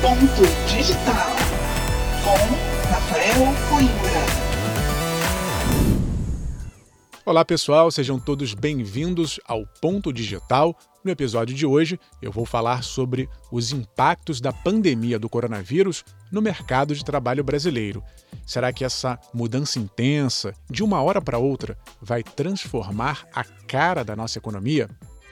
Ponto Digital com Rafael Coimbra. Olá pessoal, sejam todos bem-vindos ao Ponto Digital. No episódio de hoje eu vou falar sobre os impactos da pandemia do coronavírus no mercado de trabalho brasileiro. Será que essa mudança intensa, de uma hora para outra, vai transformar a cara da nossa economia?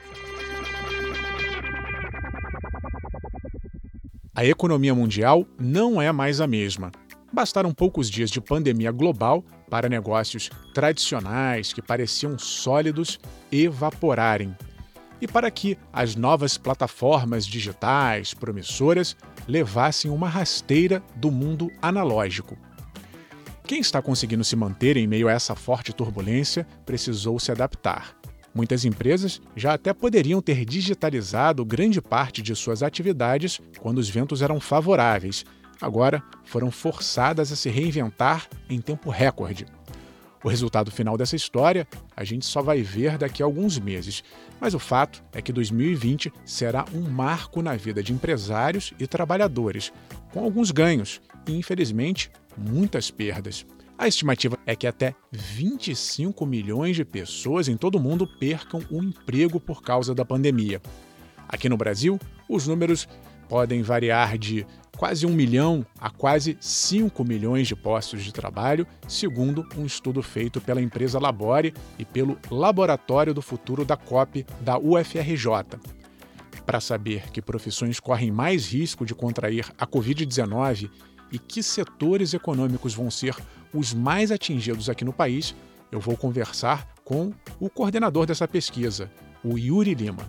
A economia mundial não é mais a mesma. Bastaram poucos dias de pandemia global para negócios tradicionais que pareciam sólidos evaporarem. E para que as novas plataformas digitais promissoras levassem uma rasteira do mundo analógico. Quem está conseguindo se manter em meio a essa forte turbulência precisou se adaptar. Muitas empresas já até poderiam ter digitalizado grande parte de suas atividades quando os ventos eram favoráveis. Agora foram forçadas a se reinventar em tempo recorde. O resultado final dessa história a gente só vai ver daqui a alguns meses, mas o fato é que 2020 será um marco na vida de empresários e trabalhadores, com alguns ganhos e, infelizmente, muitas perdas. A estimativa é que até 25 milhões de pessoas em todo o mundo percam o emprego por causa da pandemia. Aqui no Brasil, os números podem variar de quase 1 milhão a quase 5 milhões de postos de trabalho, segundo um estudo feito pela empresa Labore e pelo Laboratório do Futuro da COP da UFRJ. Para saber que profissões correm mais risco de contrair a Covid-19 e que setores econômicos vão ser os mais atingidos aqui no país, eu vou conversar com o coordenador dessa pesquisa, o Yuri Lima.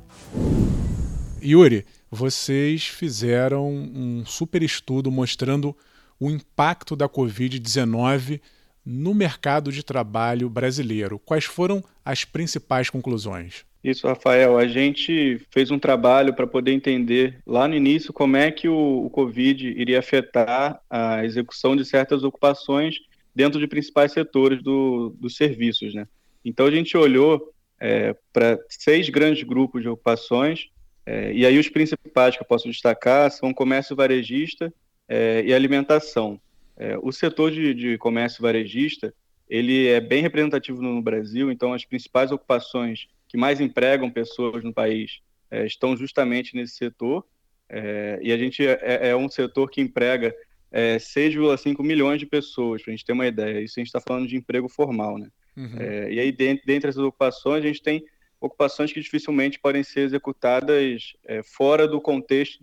Yuri, vocês fizeram um super estudo mostrando o impacto da Covid-19 no mercado de trabalho brasileiro. Quais foram as principais conclusões? Isso, Rafael. A gente fez um trabalho para poder entender lá no início como é que o Covid iria afetar a execução de certas ocupações dentro de principais setores dos serviços, né? Então, a gente olhou para 6 grandes grupos de ocupações, e aí os principais que eu posso destacar são comércio varejista e alimentação. O setor de comércio varejista, ele é bem representativo no Brasil, então as principais ocupações que mais empregam pessoas no país estão justamente nesse setor, e a gente é um setor que emprega 6,5 milhões de pessoas, para a gente ter uma ideia. Isso a gente está falando de emprego formal, né? Uhum. E aí, dentre essas ocupações, a gente tem ocupações que dificilmente podem ser executadas fora do contexto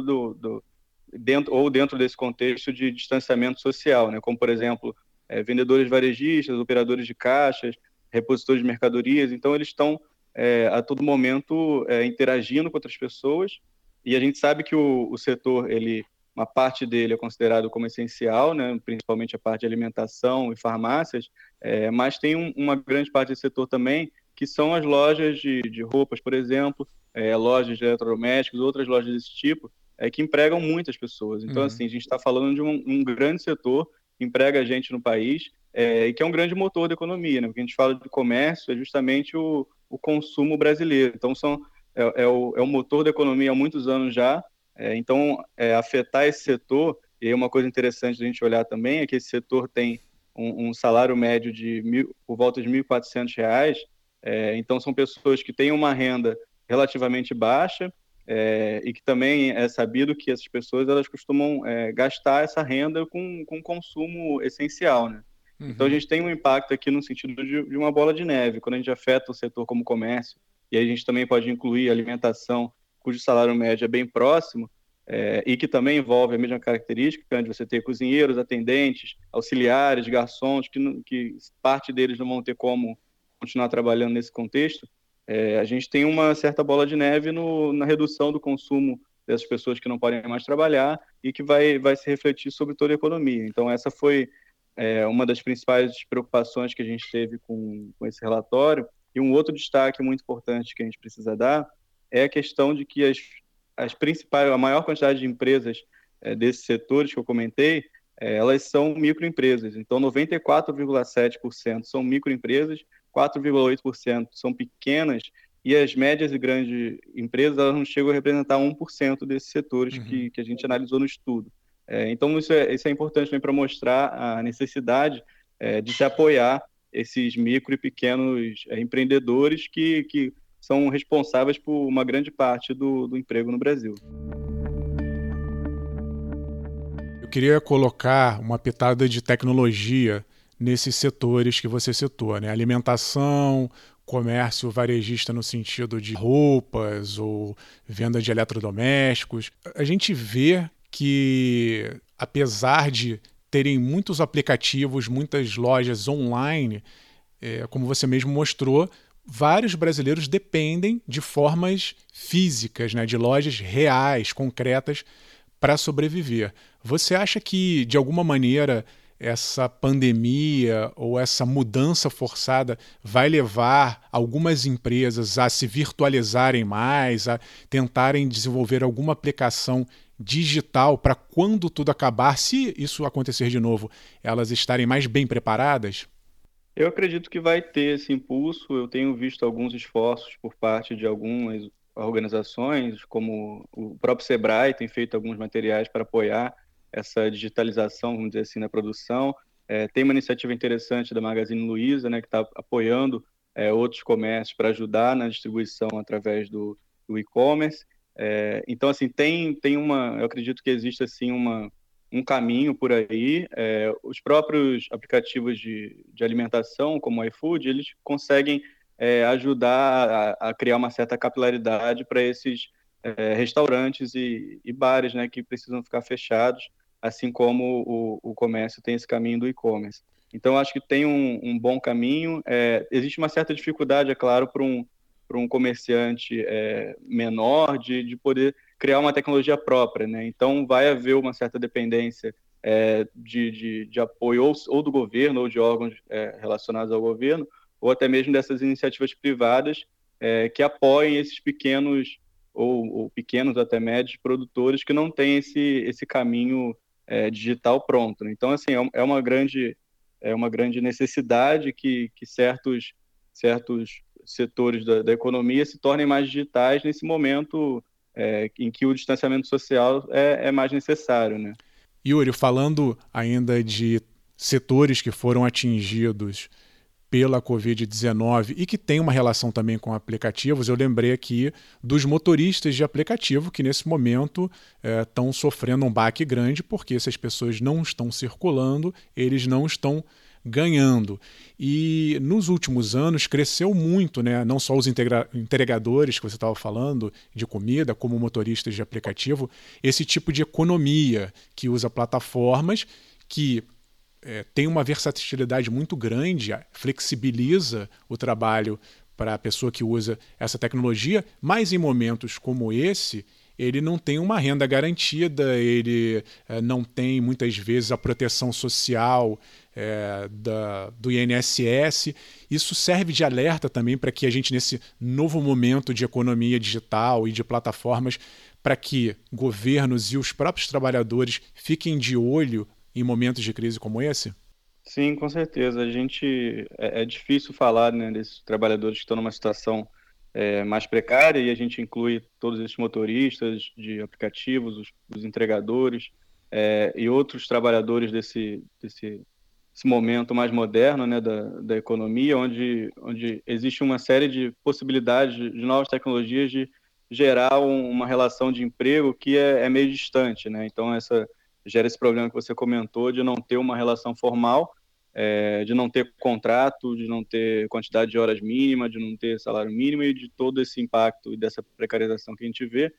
dentro desse contexto de distanciamento social, né? Como, por exemplo, vendedores varejistas, operadores de caixas, repositores de mercadorias. Então, eles estão a todo momento interagindo com outras pessoas, e a gente sabe que o setor, uma parte dele é considerado como essencial, né? Principalmente a parte de alimentação e farmácias, mas tem uma grande parte desse setor também, que são as lojas de roupas, por exemplo, lojas de eletrodomésticos, outras lojas desse tipo, que empregam muitas pessoas. Então, assim, a gente está falando de um grande setor que emprega gente no país, e que é um grande motor da economia, né? Porque a gente fala de comércio, é justamente o consumo brasileiro. Então, é o motor da economia há muitos anos já. Então, afetar esse setor, e aí uma coisa interessante da gente olhar também, é que esse setor tem um salário médio por volta de R$ 1.400, então são pessoas que têm uma renda relativamente baixa, e que também é sabido que essas pessoas elas costumam gastar essa renda com consumo essencial, né? Uhum. Então a gente tem um impacto aqui no sentido de uma bola de neve. Quando a gente afeta o setor como comércio, e aí a gente também pode incluir alimentação, cujo salário médio é bem próximo, e que também envolve a mesma característica de você ter cozinheiros, atendentes, auxiliares, garçons, que parte deles não vão ter como continuar trabalhando nesse contexto. A gente tem uma certa bola de neve na redução do consumo dessas pessoas que não podem mais trabalhar e que vai se refletir sobre toda a economia. Então, essa foi uma das principais preocupações que a gente teve com esse relatório. E um outro destaque muito importante que a gente precisa dar é a questão de que a maior quantidade de empresas desses setores que eu comentei, elas são microempresas. Então, 94,7% são microempresas, 4,8% são pequenas e as médias e grandes empresas elas não chegam a representar 1% desses setores que a gente analisou no estudo. Então, isso é importante também para mostrar a necessidade de se apoiar esses micro e pequenos empreendedores que são responsáveis por uma grande parte do emprego no Brasil. Eu queria colocar uma pitada de tecnologia nesses setores que você citou, né? Alimentação, comércio varejista no sentido de roupas ou venda de eletrodomésticos. A gente vê que, apesar de terem muitos aplicativos, muitas lojas online, como você mesmo mostrou, vários brasileiros dependem de formas físicas, né, de lojas reais, concretas, para sobreviver. Você acha que, de alguma maneira, essa pandemia ou essa mudança forçada vai levar algumas empresas a se virtualizarem mais, a tentarem desenvolver alguma aplicação digital para quando tudo acabar, se isso acontecer de novo, elas estarem mais bem preparadas? Eu acredito que vai ter esse impulso. Eu tenho visto alguns esforços por parte de algumas organizações, como o próprio Sebrae tem feito alguns materiais para apoiar essa digitalização, vamos dizer assim, na produção. Tem uma iniciativa interessante da Magazine Luiza, né, que está apoiando outros comércios para ajudar na distribuição através do e-commerce. Então, assim, eu acredito que existe assim um caminho por aí. Os próprios aplicativos de alimentação, como o iFood, eles conseguem ajudar a criar uma certa capilaridade para esses restaurantes e bares, né, que precisam ficar fechados, assim como o comércio tem esse caminho do e-commerce. Então, acho que tem um bom caminho. Existe uma certa dificuldade, é claro, para um comerciante menor de poder criar uma tecnologia própria, né? Então, vai haver uma certa dependência de apoio ou do governo ou de órgãos relacionados ao governo, ou até mesmo dessas iniciativas privadas que apoiem esses pequenos ou pequenos até médios produtores que não têm esse caminho digital pronto, né? Então, assim, é uma grande necessidade que certos setores da economia se tornem mais digitais nesse momento em que o distanciamento social é mais necessário, né? Yuri, falando ainda de setores que foram atingidos pela Covid-19 e que tem uma relação também com aplicativos, eu lembrei aqui dos motoristas de aplicativo que nesse momento estão sofrendo um baque grande porque essas pessoas não estão circulando, eles não estão ganhando. E nos últimos anos cresceu muito, né? Não só os entregadores que você estava falando de comida, como motoristas de aplicativo, esse tipo de economia que usa plataformas que tem uma versatilidade muito grande, flexibiliza o trabalho para a pessoa que usa essa tecnologia, mas em momentos como esse, ele não tem uma renda garantida, ele não tem muitas vezes a proteção social do INSS. Isso serve de alerta também para que a gente, nesse novo momento de economia digital e de plataformas, para que governos e os próprios trabalhadores fiquem de olho em momentos de crise como esse? Sim, com certeza. É difícil falar, né, desses trabalhadores que estão numa situação mais precária, e a gente inclui todos esses motoristas de aplicativos, os entregadores e outros trabalhadores desse momento mais moderno, né, da economia, onde existe uma série de possibilidades de novas tecnologias de gerar uma relação de emprego que é meio distante, né? Então, gera esse problema que você comentou de não ter uma relação formal, de não ter contrato, de não ter quantidade de horas mínima, de não ter salário mínimo e de todo esse impacto e dessa precarização que a gente vê.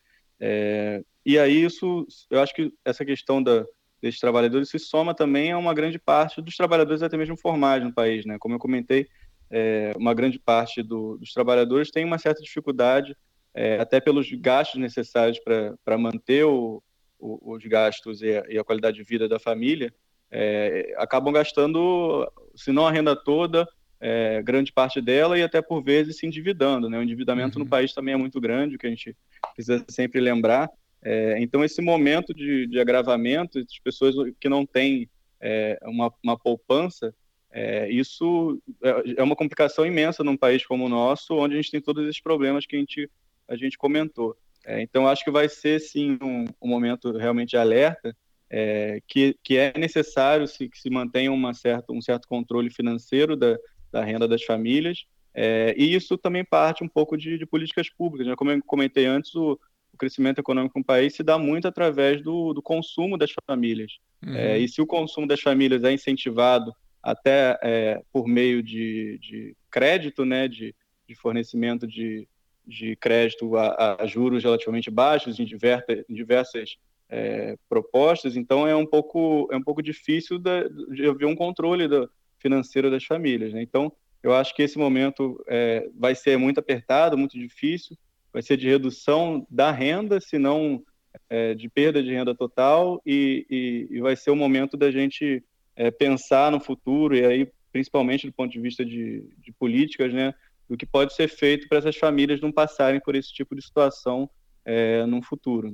E aí eu acho que essa questão desses trabalhadores se soma também a uma grande parte dos trabalhadores até mesmo formais no país, né? Como eu comentei, uma grande parte dos trabalhadores tem uma certa dificuldade, até pelos gastos necessários para manter os gastos e a qualidade de vida da família, acabam gastando, se não a renda toda, grande parte dela e até por vezes se endividando, né? O endividamento no país também é muito grande, o que a gente precisa sempre lembrar. Então, esse momento de agravamento, as pessoas que não têm uma poupança, Isso é uma complicação imensa num país como o nosso, onde a gente tem todos esses problemas que a gente comentou. Então, acho que vai ser, sim, um momento realmente de alerta, que é necessário que se mantenha um certo controle financeiro da renda das famílias, e isso também parte um pouco de políticas públicas, né? Como eu comentei antes, o crescimento econômico no país se dá muito através do consumo das famílias. E se o consumo das famílias é incentivado até por meio de crédito, né, de fornecimento de crédito a juros relativamente baixos em diversas propostas, então é um pouco difícil de haver um controle financeiro das famílias, né? Então, eu acho que esse momento vai ser muito apertado, muito difícil, vai ser de redução da renda, se não de perda de renda total, e vai ser o momento da gente pensar no futuro, e aí, principalmente do ponto de vista de políticas, né, do que pode ser feito para essas famílias não passarem por esse tipo de situação no futuro.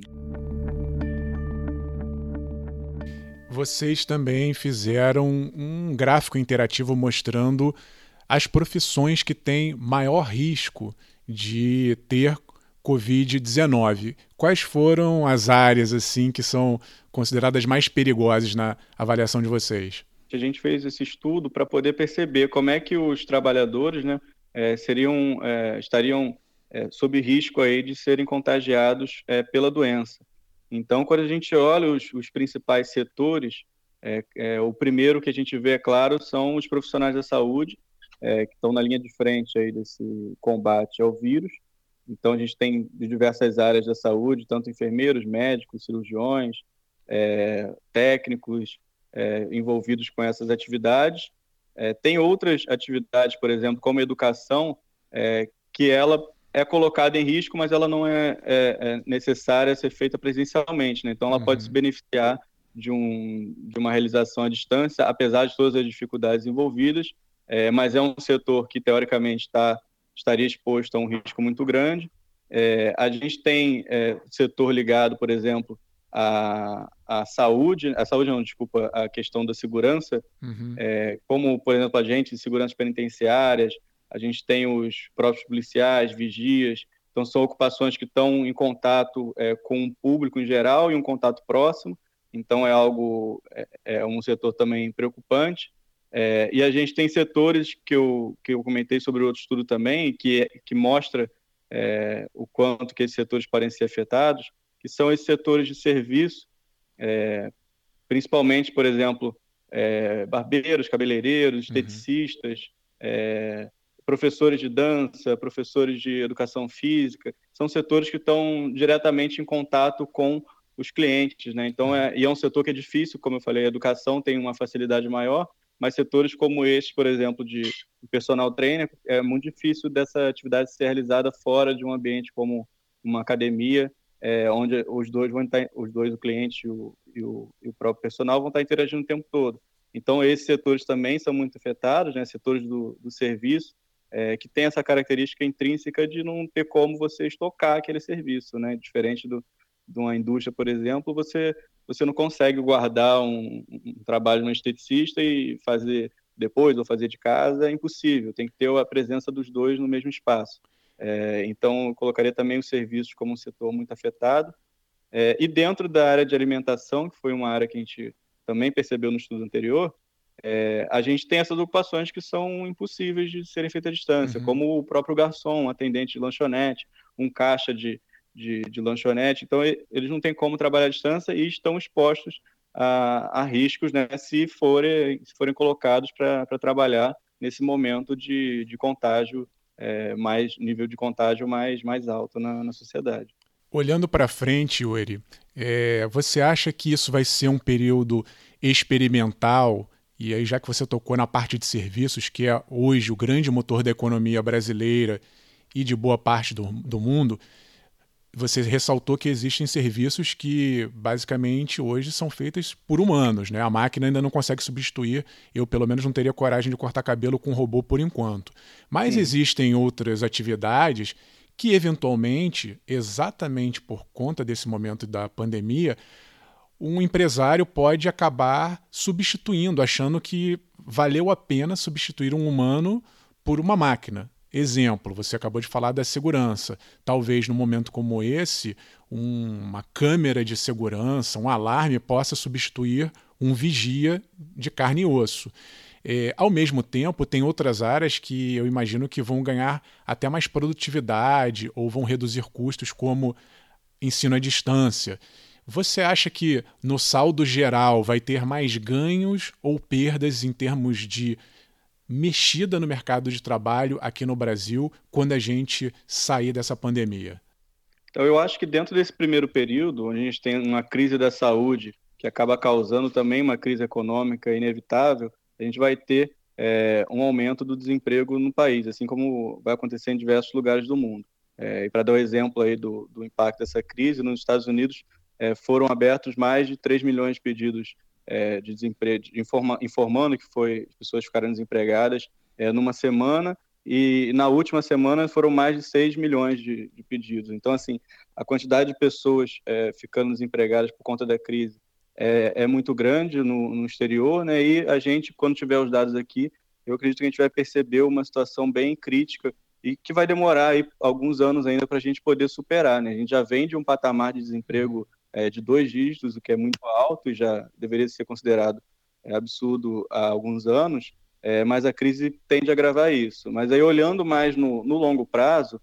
Vocês também fizeram um gráfico interativo mostrando as profissões que têm maior risco de ter Covid-19. Quais foram as áreas assim que são consideradas mais perigosas na avaliação de vocês? A gente fez esse estudo para poder perceber como é que os trabalhadores, né, estariam sob risco aí de serem contagiados pela doença. Então, quando a gente olha os principais setores, o primeiro que a gente vê, é claro, são os profissionais da saúde, que estão na linha de frente aí desse combate ao vírus. Então, a gente tem de diversas áreas da saúde, tanto enfermeiros, médicos, cirurgiões, técnicos envolvidos com essas atividades. Tem outras atividades, por exemplo, como a educação, que ela é colocada em risco, mas ela não é necessária ser feita presencialmente, né? Então, ela pode se beneficiar de uma realização à distância, apesar de todas as dificuldades envolvidas, mas é um setor que, teoricamente, estaria exposto a um risco muito grande. A gente tem setor ligado, por exemplo, à saúde, a questão da segurança, como, por exemplo, a gente em seguranças penitenciárias, a gente tem os próprios policiais, vigias, então são ocupações que estão em contato com o público em geral e um contato próximo, então é um setor também preocupante. E a gente tem setores que eu comentei sobre outro estudo também, que mostra o quanto que esses setores podem ser afetados, que são esses setores de serviço, principalmente, por exemplo, barbeiros, cabeleireiros, esteticistas, professores de dança, professores de educação física, são setores que estão diretamente em contato com os clientes, né? Então, é um setor que é difícil, como eu falei, a educação tem uma facilidade maior, mas setores como este, por exemplo, de personal trainer, é muito difícil dessa atividade ser realizada fora de um ambiente como uma academia, onde os dois, o cliente e o próprio personal, vão estar interagindo o tempo todo. Então, esses setores também são muito afetados, né? Setores do serviço, que tem essa característica intrínseca de não ter como você estocar aquele serviço, né? Diferente de uma indústria, por exemplo, você não consegue guardar um trabalho no esteticista e fazer depois ou fazer de casa, é impossível, tem que ter a presença dos dois no mesmo espaço. Então, eu colocaria também os serviços como um setor muito afetado. E dentro da área de alimentação, que foi uma área que a gente também percebeu no estudo anterior, a gente tem essas ocupações que são impossíveis de serem feitas à distância, como o próprio garçom, um atendente de lanchonete, um caixa de lanchonete. Então, eles não têm como trabalhar à distância e estão expostos a riscos, né, se forem colocados para trabalhar nesse momento de contágio, nível de contágio mais alto na sociedade. Olhando para frente, Yuri, você acha que isso vai ser um período experimental? E aí, já que você tocou na parte de serviços, que é hoje o grande motor da economia brasileira e de boa parte do mundo, você ressaltou que existem serviços que, basicamente, hoje são feitos por humanos, né? A máquina ainda não consegue substituir. Eu, pelo menos, não teria coragem de cortar cabelo com um robô por enquanto. Mas existem outras atividades que, eventualmente, exatamente por conta desse momento da pandemia, um empresário pode acabar substituindo, achando que valeu a pena substituir um humano por uma máquina. Exemplo, você acabou de falar da segurança. Talvez num momento como esse, uma câmera de segurança, um alarme possa substituir um vigia de carne e osso. Ao mesmo tempo, tem outras áreas que eu imagino que vão ganhar até mais produtividade ou vão reduzir custos, como ensino à distância. Você acha que no saldo geral vai ter mais ganhos ou perdas em termos de mexida no mercado de trabalho aqui no Brasil quando a gente sair dessa pandemia? Então, eu acho que dentro desse primeiro período, onde a gente tem uma crise da saúde, que acaba causando também uma crise econômica inevitável, a gente vai ter um aumento do desemprego no país, assim como vai acontecer em diversos lugares do mundo. E para dar o exemplo aí do impacto dessa crise, nos Estados Unidos foram abertos mais de 3 milhões de pedidos de desemprego, informando que as pessoas ficaram desempregadas numa semana, e na última semana foram mais de 6 milhões de pedidos. Então, assim, a quantidade de pessoas ficando desempregadas por conta da crise é muito grande no exterior, né? E a gente, quando tiver os dados aqui, eu acredito que a gente vai perceber uma situação bem crítica e que vai demorar aí alguns anos ainda para a gente poder superar, né? A gente já vem de um patamar de desemprego de 2 dígitos, o que é muito alto e já deveria ser considerado absurdo há alguns anos, mas a crise tende a agravar isso. Mas aí, olhando mais no longo prazo,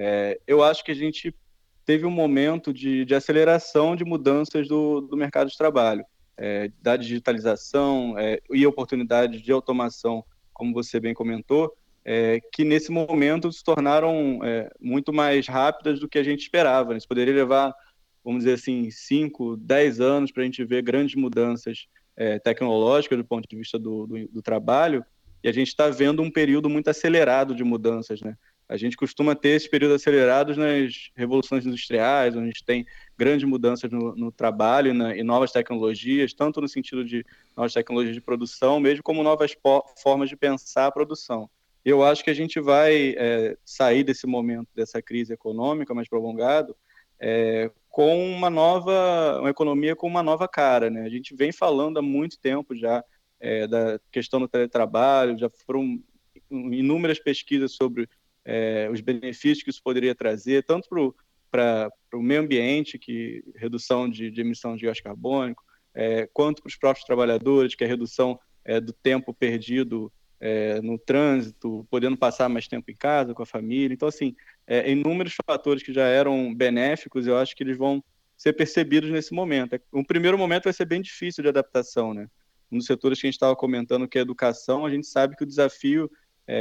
eu acho que a gente teve um momento de aceleração de mudanças do mercado de trabalho, da digitalização e oportunidades de automação, como você bem comentou, que nesse momento se tornaram muito mais rápidas do que a gente esperava, né? Isso poderia levar, vamos dizer assim, 5, 10 anos para a gente ver grandes mudanças tecnológicas do ponto de vista do trabalho, e a gente está vendo um período muito acelerado de mudanças, né? A gente costuma ter esses períodos acelerados nas revoluções industriais, onde a gente tem grandes mudanças no trabalho e novas tecnologias, tanto no sentido de novas tecnologias de produção, mesmo como novas formas de pensar a produção. Eu acho que a gente vai sair desse momento, dessa crise econômica mais prolongada, com uma economia com uma nova cara, né? A gente vem falando há muito tempo já da questão do teletrabalho, já foram inúmeras pesquisas sobre os benefícios que isso poderia trazer, tanto para o meio ambiente, que redução de emissão de gás carbônico, quanto para os próprios trabalhadores, que é a redução do tempo perdido no trânsito, podendo passar mais tempo em casa com a família. Então, assim, inúmeros fatores que já eram benéficos, eu acho que eles vão ser percebidos nesse momento. O primeiro momento vai ser bem difícil de adaptação, né? Um dos setores que a gente estava comentando, que é a educação, a gente sabe que o desafio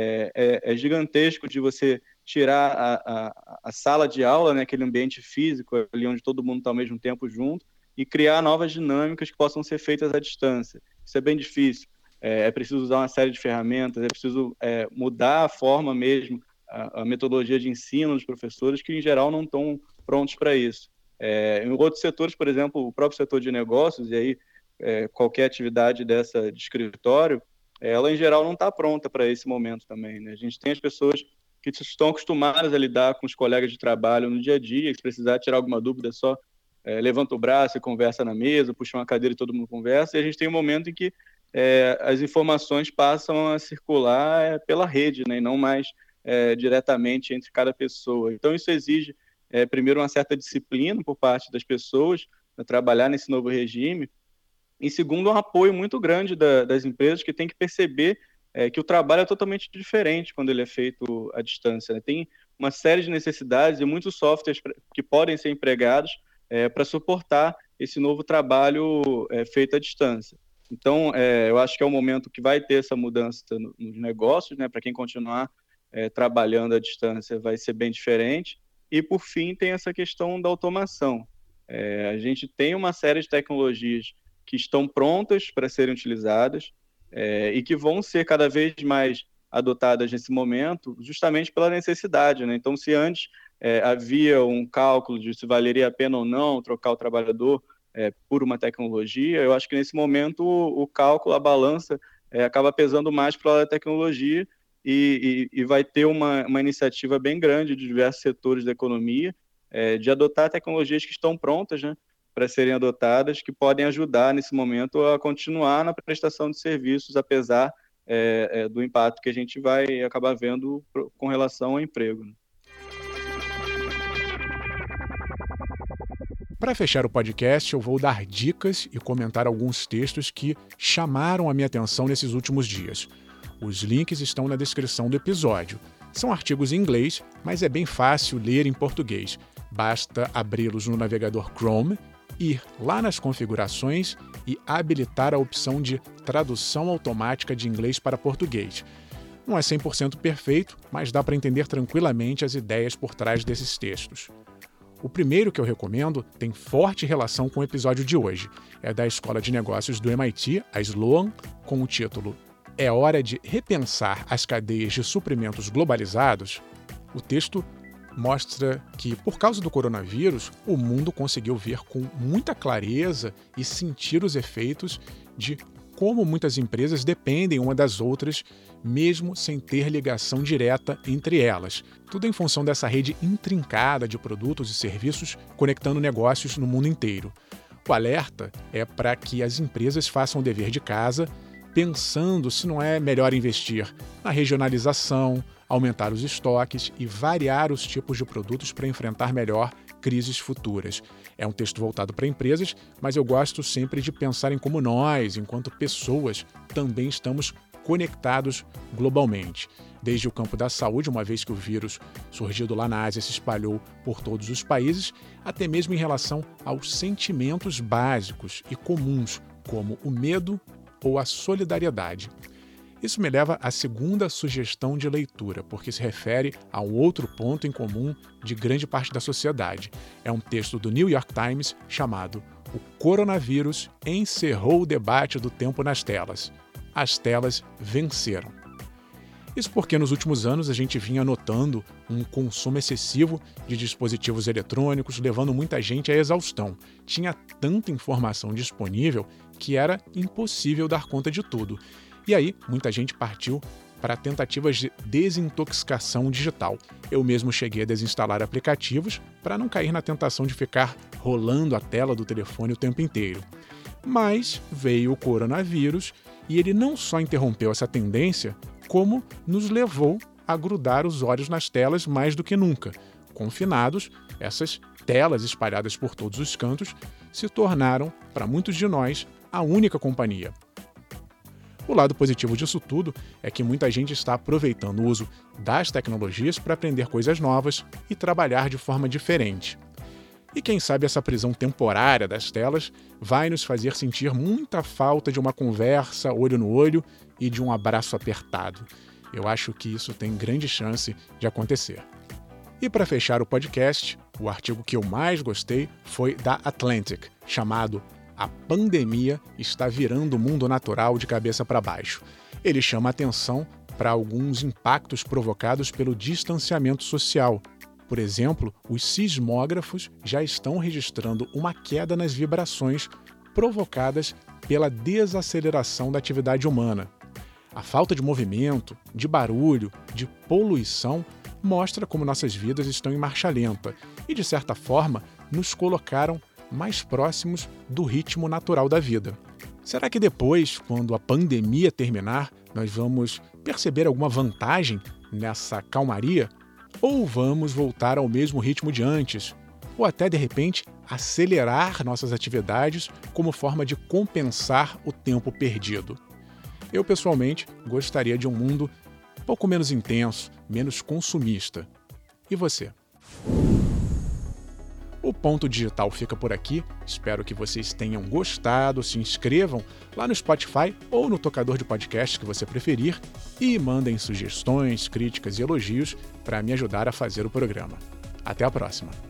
é gigantesco de você tirar a sala de aula, né, aquele ambiente físico, ali onde todo mundo está ao mesmo tempo junto, e criar novas dinâmicas que possam ser feitas à distância. Isso é bem difícil. É preciso usar uma série de ferramentas, é preciso mudar a forma mesmo, a metodologia de ensino dos professores, que em geral não estão prontos para isso. Em outros setores, por exemplo, o próprio setor de negócios, e aí qualquer atividade dessa de escritório, ela em geral não está pronta para esse momento também, né? A gente tem as pessoas que estão acostumadas a lidar com os colegas de trabalho no dia a dia, que se precisar tirar alguma dúvida, só levanta o braço e conversa na mesa, puxa uma cadeira e todo mundo conversa, e a gente tem um momento em que as informações passam a circular pela rede, né, e não mais diretamente entre cada pessoa. Então, isso exige, primeiro, uma certa disciplina por parte das pessoas para trabalhar nesse novo regime, e segundo, um apoio muito grande das empresas, que tem que perceber que o trabalho é totalmente diferente quando ele é feito à distância, né? Tem uma série de necessidades e muitos softwares que podem ser empregados para suportar esse novo trabalho feito à distância. Então, eu acho que é um momento que vai ter essa mudança nos negócios, né? Para quem continuar trabalhando à distância vai ser bem diferente. E, por fim, tem essa questão da automação. A gente tem uma série de tecnologias que estão prontas para serem utilizadas e que vão ser cada vez mais adotadas nesse momento, justamente pela necessidade, né? Então, se antes havia um cálculo de se valeria a pena ou não trocar o trabalhador por uma tecnologia, eu acho que nesse momento o cálculo, a balança, acaba pesando mais para a tecnologia e vai ter uma iniciativa bem grande de diversos setores da economia de adotar tecnologias que estão prontas, né, para serem adotadas, que podem ajudar nesse momento a continuar na prestação de serviços, apesar do impacto que a gente vai acabar vendo com relação ao emprego. Para fechar o podcast, eu vou dar dicas e comentar alguns textos que chamaram a minha atenção nesses últimos dias. Os links estão na descrição do episódio. São artigos em inglês, mas é bem fácil ler em português. Basta abri-los no navegador Chrome, ir lá nas configurações e habilitar a opção de tradução automática de inglês para português. Não é 100% perfeito, mas dá para entender tranquilamente as ideias por trás desses textos. O primeiro que eu recomendo tem forte relação com o episódio de hoje. É da Escola de Negócios do MIT, a Sloan, com o título "É hora de repensar as cadeias de suprimentos globalizados". O texto mostra que, por causa do coronavírus, o mundo conseguiu ver com muita clareza e sentir os efeitos de como muitas empresas dependem uma das outras, mesmo sem ter ligação direta entre elas. Tudo em função dessa rede intrincada de produtos e serviços conectando negócios no mundo inteiro. O alerta é para que as empresas façam o dever de casa, pensando se não é melhor investir na regionalização, aumentar os estoques e variar os tipos de produtos para enfrentar melhor crises futuras. É um texto voltado para empresas, mas eu gosto sempre de pensar em como nós, enquanto pessoas, também estamos conectados globalmente. Desde o campo da saúde, uma vez que o vírus surgido lá na Ásia se espalhou por todos os países, até mesmo em relação aos sentimentos básicos e comuns, como o medo ou a solidariedade. Isso me leva à segunda sugestão de leitura, porque se refere a um outro ponto em comum de grande parte da sociedade. É um texto do New York Times chamado "O coronavírus encerrou o debate do tempo nas telas. As telas venceram". Isso porque nos últimos anos a gente vinha notando um consumo excessivo de dispositivos eletrônicos, levando muita gente à exaustão. Tinha tanta informação disponível que era impossível dar conta de tudo. E aí, muita gente partiu para tentativas de desintoxicação digital. Eu mesmo cheguei a desinstalar aplicativos para não cair na tentação de ficar rolando a tela do telefone o tempo inteiro. Mas veio o coronavírus e ele não só interrompeu essa tendência, como nos levou a grudar os olhos nas telas mais do que nunca. Confinados, essas telas espalhadas por todos os cantos se tornaram, para muitos de nós, a única companhia. O lado positivo disso tudo é que muita gente está aproveitando o uso das tecnologias para aprender coisas novas e trabalhar de forma diferente. E quem sabe essa prisão temporária das telas vai nos fazer sentir muita falta de uma conversa olho no olho e de um abraço apertado. Eu acho que isso tem grande chance de acontecer. E para fechar o podcast, o artigo que eu mais gostei foi da Atlantic, chamado "A pandemia está virando o mundo natural de cabeça para baixo". Ele chama atenção para alguns impactos provocados pelo distanciamento social. Por exemplo, os sismógrafos já estão registrando uma queda nas vibrações provocadas pela desaceleração da atividade humana. A falta de movimento, de barulho, de poluição mostra como nossas vidas estão em marcha lenta e, de certa forma, nos colocaram mais próximos do ritmo natural da vida. Será que depois, quando a pandemia terminar, nós vamos perceber alguma vantagem nessa calmaria? Ou vamos voltar ao mesmo ritmo de antes? Ou até, de repente, acelerar nossas atividades como forma de compensar o tempo perdido? Eu, pessoalmente, gostaria de um mundo um pouco menos intenso, menos consumista. E você? O Ponto Digital fica por aqui. Espero que vocês tenham gostado. Se inscrevam lá no Spotify ou no tocador de podcast que você preferir e mandem sugestões, críticas e elogios para me ajudar a fazer o programa. Até a próxima!